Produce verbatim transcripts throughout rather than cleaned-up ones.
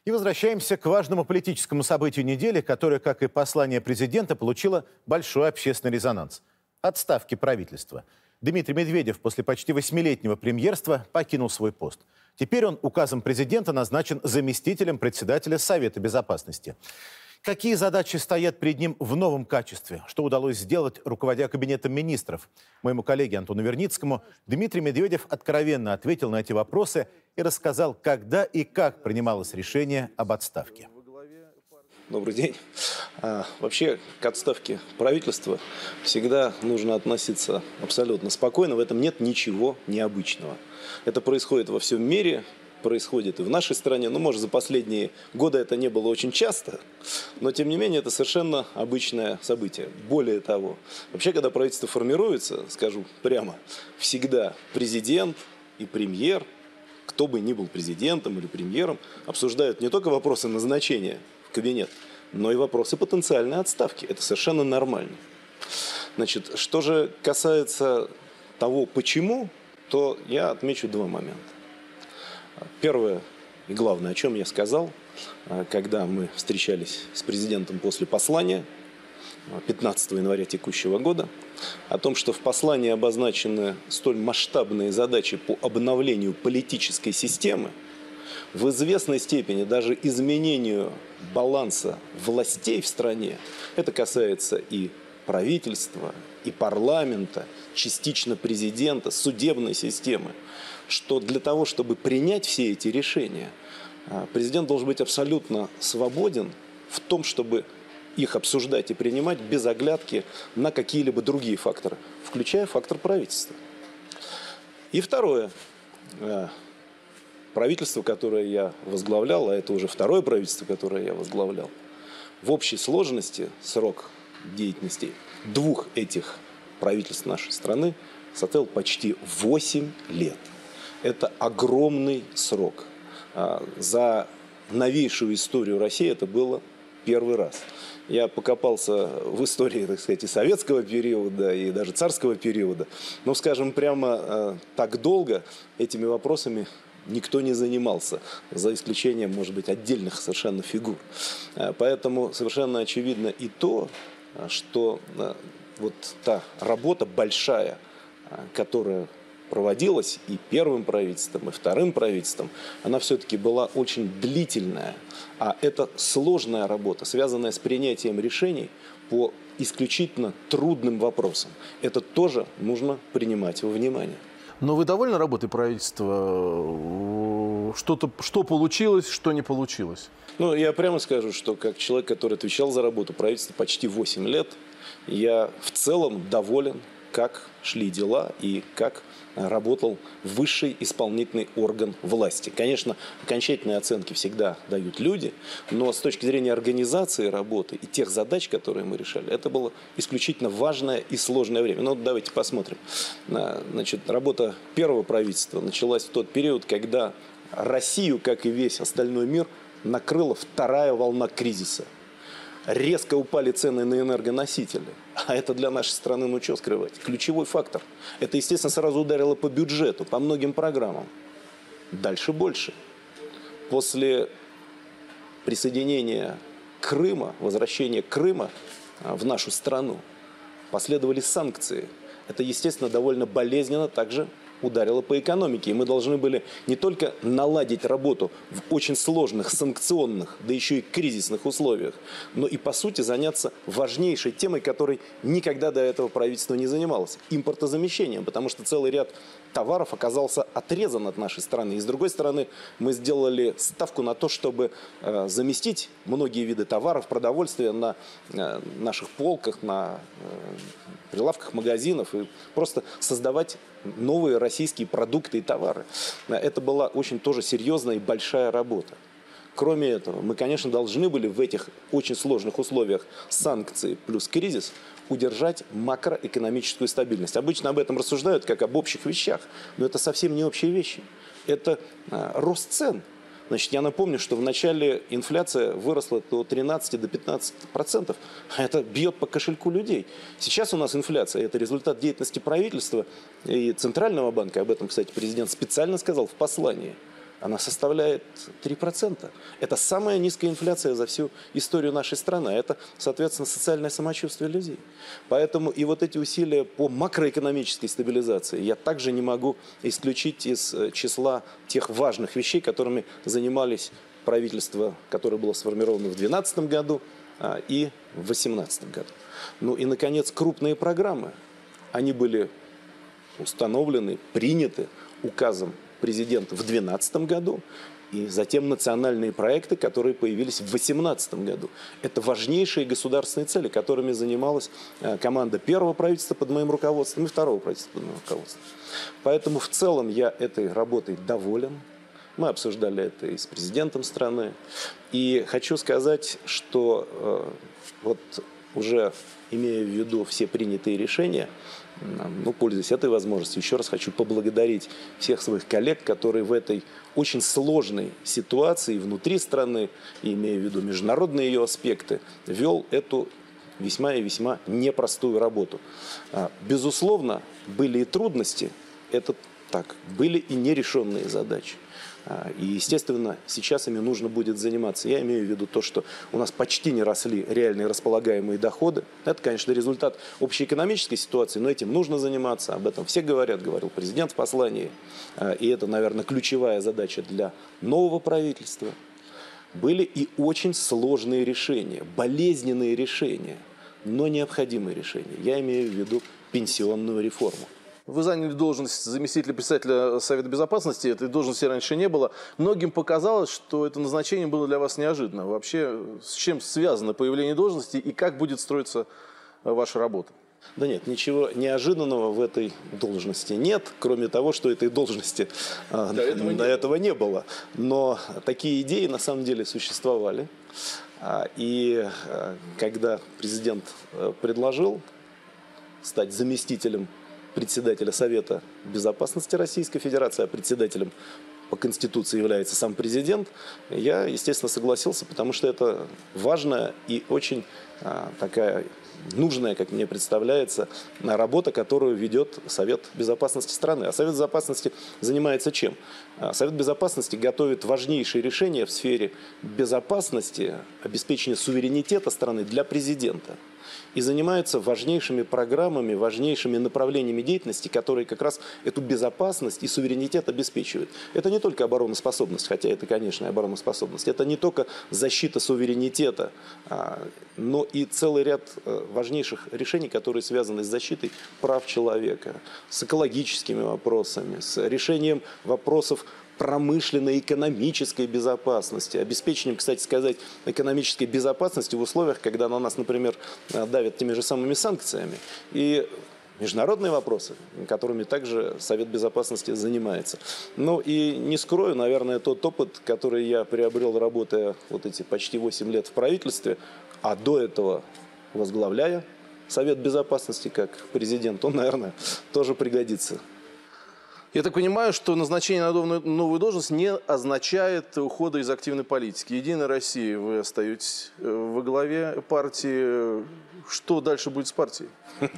И возвращаемся к важному политическому событию недели, которое, как и послание президента, получило большой общественный резонанс. Отставки правительства. Дмитрий Медведев после почти восьмилетнего премьерства покинул свой пост. Теперь он указом президента назначен заместителем председателя Совета Безопасности. Какие задачи стоят перед ним в новом качестве? Что удалось сделать, руководя кабинетом министров? Моему коллеге Антону Верницкому Дмитрий Медведев откровенно ответил на эти вопросы и рассказал, когда и как принималось решение об отставке. Добрый день. А, вообще к отставке правительства всегда нужно относиться абсолютно спокойно. В этом нет ничего необычного. Это происходит во всем мире, происходит и в нашей стране. Ну, может, за последние годы это не было очень часто, но, тем не менее, это совершенно обычное событие. Более того, вообще, когда правительство формируется, скажу прямо, всегда президент и премьер, кто бы ни был президентом или премьером, обсуждают не только вопросы назначения в кабинет, но и вопросы потенциальной отставки. Это совершенно нормально. Значит, что же касается того, почему, то я отмечу два момента. Первое и главное, о чем я сказал, когда мы встречались с президентом после послания пятнадцатого января текущего года, о том, что в послании обозначены столь масштабные задачи по обновлению политической системы, в известной степени даже изменению баланса властей в стране. Это касается и правительства, и парламента, частично президента, судебной системы, что для того, чтобы принять все эти решения, президент должен быть абсолютно свободен в том, чтобы их обсуждать и принимать без оглядки на какие-либо другие факторы, включая фактор правительства. И второе. Правительство, которое я возглавлял, а это уже второе правительство, которое я возглавлял, в общей сложности срок деятельности двух этих правительств нашей страны составил почти восемь лет. Это огромный срок. За новейшую историю России это было первый раз. Я покопался в истории, так сказать, и советского периода, и даже царского периода. Но, скажем, прямо так долго этими вопросами никто не занимался, за исключением, может быть, отдельных совершенно фигур. Поэтому совершенно очевидно и то, что вот та работа большая, которая проводилась и первым правительством, и вторым правительством, она все-таки была очень длительная. А это сложная работа, связанная с принятием решений по исключительно трудным вопросам. Это тоже нужно принимать во внимание. Но вы довольны работой правительства? Что-то, что получилось, что не получилось? Ну, я прямо скажу, что как человек, который отвечал за работу правительства почти восемь лет, я в целом доволен, как шли дела и как работал высший исполнительный орган власти. Конечно, окончательные оценки всегда дают люди, но с точки зрения организации работы и тех задач, которые мы решали, это было исключительно важное и сложное время. Ну, давайте посмотрим. Значит, работа первого правительства началась в тот период, когда Россию, как и весь остальной мир, накрыла вторая волна кризиса. Резко упали цены на энергоносители. А это для нашей страны, ну что скрывать, ключевой фактор. Это, естественно, сразу ударило по бюджету, по многим программам. Дальше больше. После присоединения Крыма, возвращения Крыма в нашу страну, последовали санкции. Это, естественно, довольно болезненно также ударило по экономике. И мы должны были не только наладить работу в очень сложных, санкционных, да еще и кризисных условиях, но и, по сути, заняться важнейшей темой, которой никогда до этого правительство не занималось – импортозамещением, потому что целый ряд товаров оказался отрезан от нашей страны. И, с другой стороны, мы сделали ставку на то, чтобы э, заместить многие виды товаров, продовольствия на э, наших полках, на э, прилавках магазинов и просто создавать новые российские продукты и товары. Это была очень тоже серьезная и большая работа. Кроме этого, мы, конечно, должны были в этих очень сложных условиях санкций плюс кризис удержать макроэкономическую стабильность. Обычно об этом рассуждают как об общих вещах, но это совсем не общие вещи. Это а, рост цен. Значит, я напомню, что в начале инфляция выросла до тринадцати до пятнадцати процентов. Это бьет по кошельку людей. Сейчас у нас инфляция – это результат деятельности правительства и Центрального банка. Об этом, кстати, президент специально сказал в послании. она составляет три процента. Это самая низкая инфляция за всю историю нашей страны. Это, соответственно, социальное самочувствие людей. Поэтому и вот эти усилия по макроэкономической стабилизации я также не могу исключить из числа тех важных вещей, которыми занимались правительство, которое было сформировано в две тысячи двенадцатом году и в две тысячи восемнадцатом году. Ну и, наконец, крупные программы. Они были установлены, приняты указом президента в две тысячи двенадцатом году, и затем национальные проекты, которые появились в две тысячи восемнадцатом году. Это важнейшие государственные цели, которыми занималась команда первого правительства под моим руководством и второго правительства под моим руководством. Поэтому в целом я этой работой доволен. Мы обсуждали это и с президентом страны. И хочу сказать, что э, вот уже имея в виду все принятые решения, ну, пользуясь этой возможностью, еще раз хочу поблагодарить всех своих коллег, которые в этой очень сложной ситуации внутри страны, имея в виду международные ее аспекты, вел эту весьма и весьма непростую работу. Безусловно, были и трудности, это так, были и нерешенные задачи. И, естественно, сейчас ими нужно будет заниматься. Я имею в виду то, что у нас почти не росли реальные располагаемые доходы. Это, конечно, результат общеэкономической ситуации, но этим нужно заниматься. Об этом все говорят, говорил президент в послании. И это, наверное, ключевая задача для нового правительства. Были и очень сложные решения, болезненные решения, но необходимые решения. Я имею в виду пенсионную реформу. Вы заняли должность заместителя председателя Совета Безопасности, этой должности раньше не было. Многим показалось, что это назначение было для вас неожиданно. Вообще, с чем связано появление должности и как будет строиться ваша работа? Да нет, ничего неожиданного в этой должности нет, кроме того, что этой должности до, э, этого, до не этого не было. Но такие идеи на самом деле существовали. И когда президент предложил стать заместителем председателя Совета Безопасности Российской Федерации, а председателем по Конституции является сам президент, я, естественно, согласился, потому что это важная и очень а, такая нужная, как мне представляется, работа, которую ведет Совет Безопасности страны. А Совет Безопасности занимается чем? Совет Безопасности готовит важнейшие решения в сфере безопасности, обеспечения суверенитета страны для президента. И занимаются важнейшими программами, важнейшими направлениями деятельности, которые как раз эту безопасность и суверенитет обеспечивают. Это не только обороноспособность, хотя это, конечно, и обороноспособность. Это не только защита суверенитета, но и целый ряд важнейших решений, которые связаны с защитой прав человека, с экологическими вопросами, с решением вопросов промышленной, экономической безопасности, обеспечением, кстати сказать, экономической безопасности в условиях, когда на нас, например, давят теми же самыми санкциями. И международные вопросы, которыми также Совет Безопасности занимается. Ну и не скрою, наверное, тот опыт, который я приобрел, работая вот эти почти восемь лет в правительстве, а до этого возглавляя Совет Безопасности как президент, он, наверное, тоже пригодится. Я так понимаю, что назначение на новую должность не означает ухода из активной политики. Единая Россия, вы остаетесь во главе партии. Что дальше будет с партией?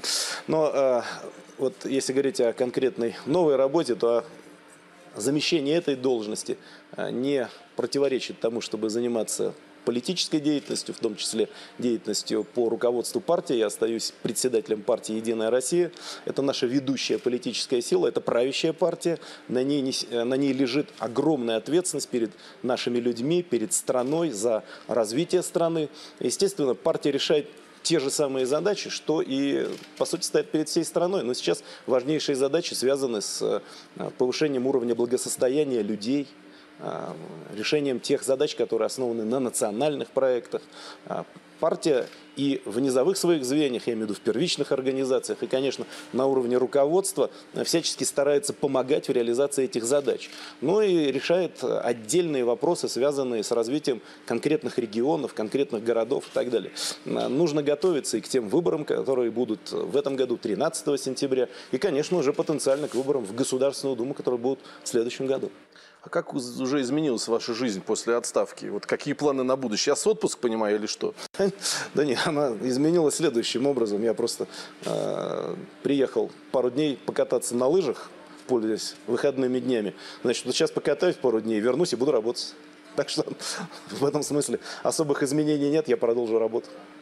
Но вот если говорить о конкретной новой работе, то замещение этой должности не противоречит тому, чтобы заниматься политической деятельностью, в том числе деятельностью по руководству партии. Я остаюсь председателем партии «Единая Россия». Это наша ведущая политическая сила, это правящая партия. На ней, на ней лежит огромная ответственность перед нашими людьми, перед страной, за развитие страны. Естественно, партия решает те же самые задачи, что и, по сути, стоят перед всей страной. Но сейчас важнейшие задачи связаны с повышением уровня благосостояния людей, решением тех задач, которые основаны на национальных проектах. Партия и в низовых своих звеньях, я имею в виду в первичных организациях, и, конечно, на уровне руководства всячески старается помогать в реализации этих задач. Ну и решает отдельные вопросы, связанные с развитием конкретных регионов, конкретных городов и так далее. Нужно готовиться и к тем выборам, которые будут в этом году, тринадцатого сентября, и, конечно, уже потенциально к выборам в Государственную Думу, которые будут в следующем году. А как уже изменилась ваша жизнь после отставки? Вот какие планы на будущее? Сейчас отпуск, понимаю, или что? Да нет, она изменилась следующим образом. Я просто э, приехал пару дней покататься на лыжах пользуясь выходными днями. Значит, вот сейчас покатаюсь пару дней, вернусь и буду работать. Так что в этом смысле особых изменений нет, я продолжу работу.